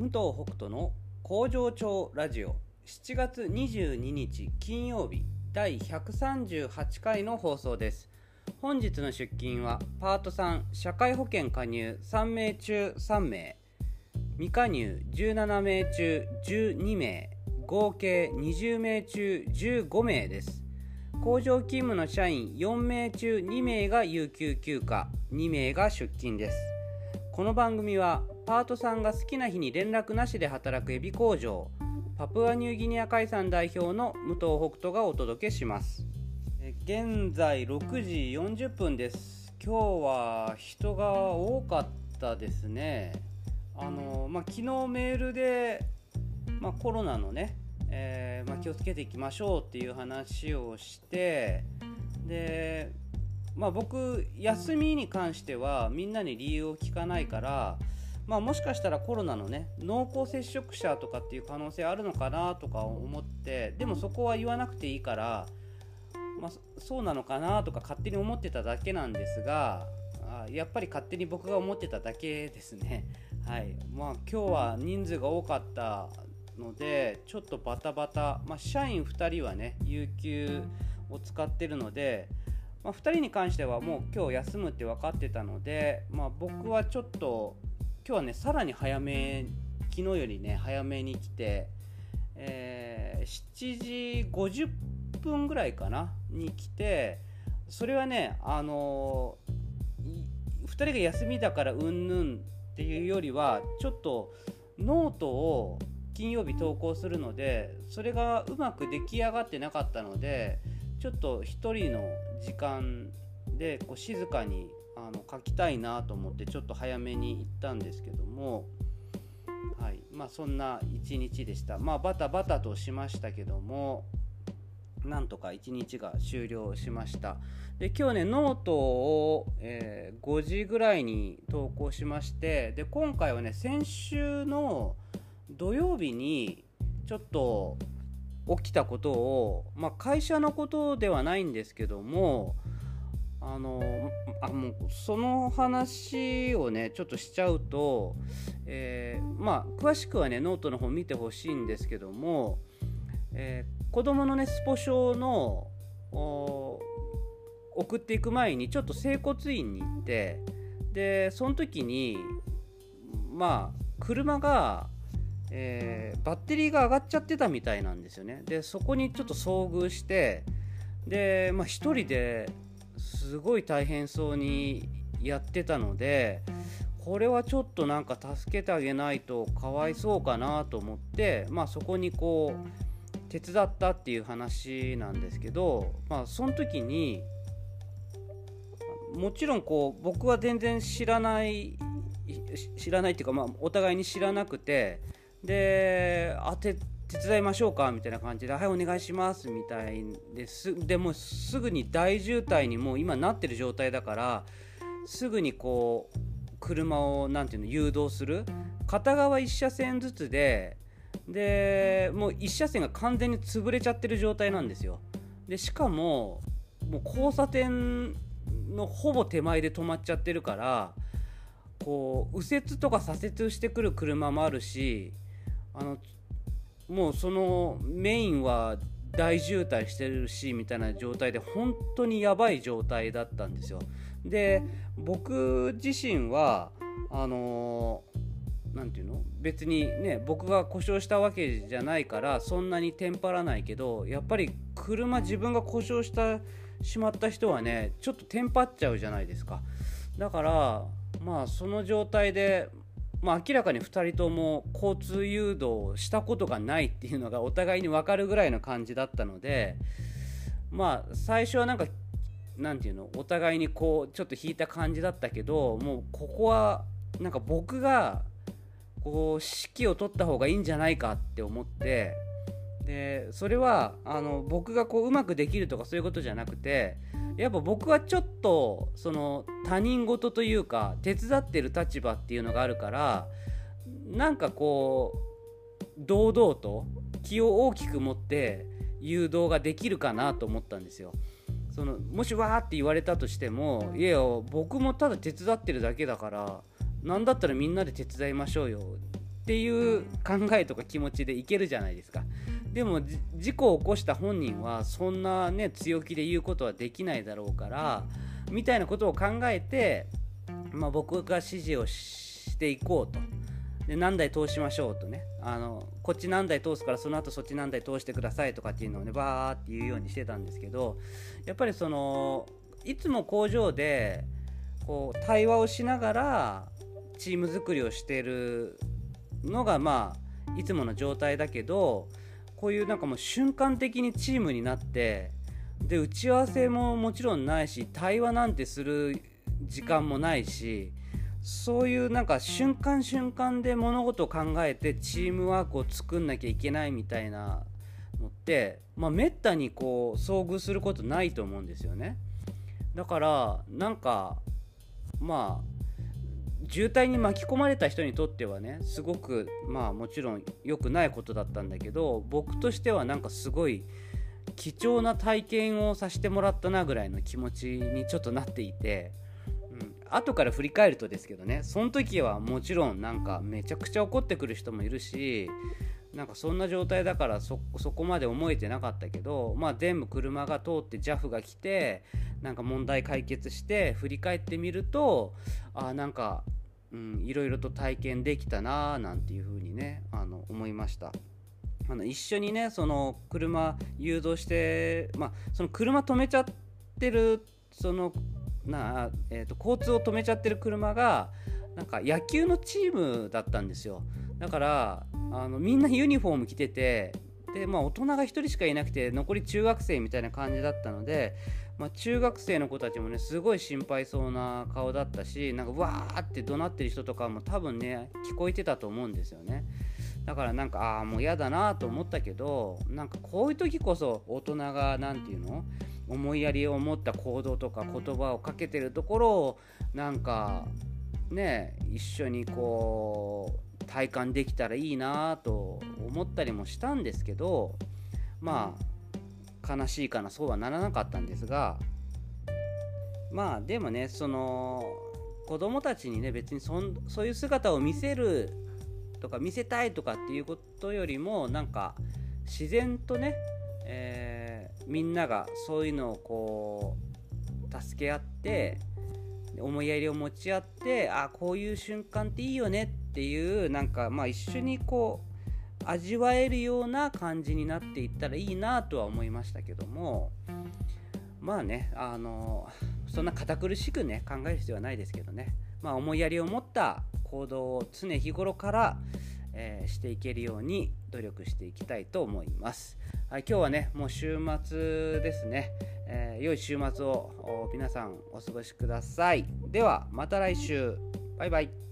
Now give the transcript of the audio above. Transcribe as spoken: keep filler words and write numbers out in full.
武藤北斗の工場長ラジオしちがつにじゅうににち金曜日だいひゃくさんじゅうはちかいの放送です。本日の出勤はパートさん社会保険加入さんめい中さんめい、未加入じゅうななめい中じゅうにめい、合計にじゅうめい中じゅうごめいです。工場勤務の社員よんめい中にめいが有給休暇、にめいが出勤です。この番組はパートさんが好きな日に連絡なしで働くエビ工場、パプアニューギニア海産代表の武藤北斗がお届けします。現在ろくじよんじゅっぷんです。今日は人が多かったですね。あの、まあ、昨日メールで、まあ、コロナのね、えーまあ、気をつけていきましょうっていう話をして、でまあ、僕休みに関してはみんなに理由を聞かないから、まあ、もしかしたらコロナのね濃厚接触者とかっていう可能性あるのかなとか思って、でもそこは言わなくていいから、まあ、そうなのかなとか勝手に思ってただけなんですが、あやっぱり勝手に僕が思ってただけですね。はい、まあ、今日は人数が多かったのでちょっとバタバタ、まあ、社員ふたりはね有給を使ってるので、まあ、ふたりに関してはもう今日休むって分かってたので、まあ、僕はちょっと今日はねさらに早め、昨日よりね早めに来て、えー、しちじごじゅっぷんぐらいかなに来て、それはねあのー、ふたりが休みだからうんぬんっていうよりはちょっとノートを金曜日投稿するのでそれがうまく出来上がってなかったので、ちょっと一人の時間でこう静かにあの書きたいなと思ってちょっと早めに行ったんですけども、はい、まあそんな一日でした。まあバタバタとしましたけどもなんとか一日が終了しました。で今日ねノートを、えー、ごじぐらいに投稿しまして、で今回はね先週の土曜日にちょっと起きたことを、まあ、会社のことではないんですけども、あのあもうその話をねちょっとしちゃうと、えー、まあ詳しくはねノートの方見てほしいんですけども、えー、子供のねスポ少の送っていく前にちょっと整骨院に行って、でその時にまあ車がえー、バッテリーが上がっちゃってたみたいなんですよね。でそこにちょっと遭遇して、でまあ一人ですごい大変そうにやってたので、これはちょっとなんか助けてあげないとかわいそうかなと思って、まあそこにこう手伝ったっていう話なんですけど、まあその時にもちろんこう僕は全然知らない知らないっていうか、まあお互いに知らなくて、であて手伝いましょうかみたいな感じで、はいお願いしますみたいです。でもすぐに大渋滞にもう今なってる状態だから、すぐにこう車をなんていうの誘導する、片側いっしゃせんずつで、でもういっしゃせんが完全に潰れちゃってる状態なんですよ。でしかももう交差点のほぼ手前で止まっちゃってるから、こう右折とか左折してくる車もあるし、あのもうそのメインは大渋滞してるしみたいな状態で本当にやばい状態だったんですよ。で僕自身はあのなんていうの別にね僕が故障したわけじゃないからそんなにテンパらないけど、やっぱり車自分が故障したしまった人はねちょっとテンパっちゃうじゃないですか。だからまあその状態で、まあ、明らかにふたりとも交通誘導をしたことがないっていうのがお互いに分かるぐらいの感じだったので、まあ最初はなんかなんていうのお互いにこうちょっと引いた感じだったけど、もうここはなんか僕がこう指揮を取った方がいいんじゃないかって思って、でそれはあの僕がこううまくできるとかそういうことじゃなくて、やっぱ僕はちょっとその他人事というか手伝ってる立場っていうのがあるから、なんかこう堂々と気を大きく持って誘導ができるかなと思ったんですよ。そのもしわーって言われたとしても、いや僕もただ手伝ってるだけだから、なんだったらみんなで手伝いましょうよっっていう考えとか気持ちでいけるじゃないですか。でも事故を起こした本人はそんなね強気で言うことはできないだろうからみたいなことを考えて、まあ、僕が指示をしていこうと。で何台通しましょうとね、あのこっち何台通すからその後そっち何台通してくださいとかっていうのをねバーって言うようにしてたんですけど、やっぱりそのいつも工場でこう対話をしながらチーム作りをしてるのがまあいつもの状態だけど、こういうなんかもう瞬間的にチームになってで打ち合わせももちろんないし対話なんてする時間もないし、そういうなんか瞬間瞬間で物事を考えてチームワークを作んなきゃいけないみたいなのって、まあ、めったにこう遭遇することないと思うんですよね。だからなんかまあ渋滞に巻き込まれた人にとってはねすごくまあもちろん良くないことだったんだけど、僕としてはなんかすごい貴重な体験をさせてもらったなぐらいの気持ちにちょっとなっていて、後から振り返るとですけどね、その時はもちろんなんかめちゃくちゃ怒ってくる人もいるし、なんかそんな状態だから そ, そこまで思えてなかったけど、まあ全部車が通って ジャフ が来てなんか問題解決して振り返ってみると、あなんか、うん、いろいろと体験できたななんていう風にねあの思いました。あの一緒にねその車誘導して、まあその車止めちゃってるそのなえー、と交通を止めちゃってる車がなんか野球のチームだったんですよ。だからあのみんなユニフォーム着ててで、まあ、大人がひとりしかいなくて残り中学生みたいな感じだったので、まあ、中学生の子たちもねすごい心配そうな顔だったし、なんかわーって怒鳴ってる人とかも多分ね聞こえてたと思うんですよね。だからなんかああもう嫌だなと思ったけど、なんかこういう時こそ大人がなんていうの思いやりを持った行動とか言葉をかけてるところをなんかね一緒にこう体感できたらいいなと思ったりもしたんですけど、まあ悲しいかなそうはならなかったんですが、まあでもねその子供たちにね別に そ, んそういう姿を見せるとか見せたいとかっていうことよりもなんか自然とね、えー、みんながそういうのをこう助け合って思いやりを持ち合って、あこういう瞬間っていいよねっていうなんかまあ一緒にこう味わえるような感じになっていったらいいなとは思いましたけども、まあねあのそんな堅苦しくね考える必要はないですけどね、まあ思いやりを持った行動を常日頃から、えー、していけるように努力していきたいと思います。はい、今日はねもう週末ですね、えー、良い週末を皆さんお過ごしください。ではまた来週、バイバイ。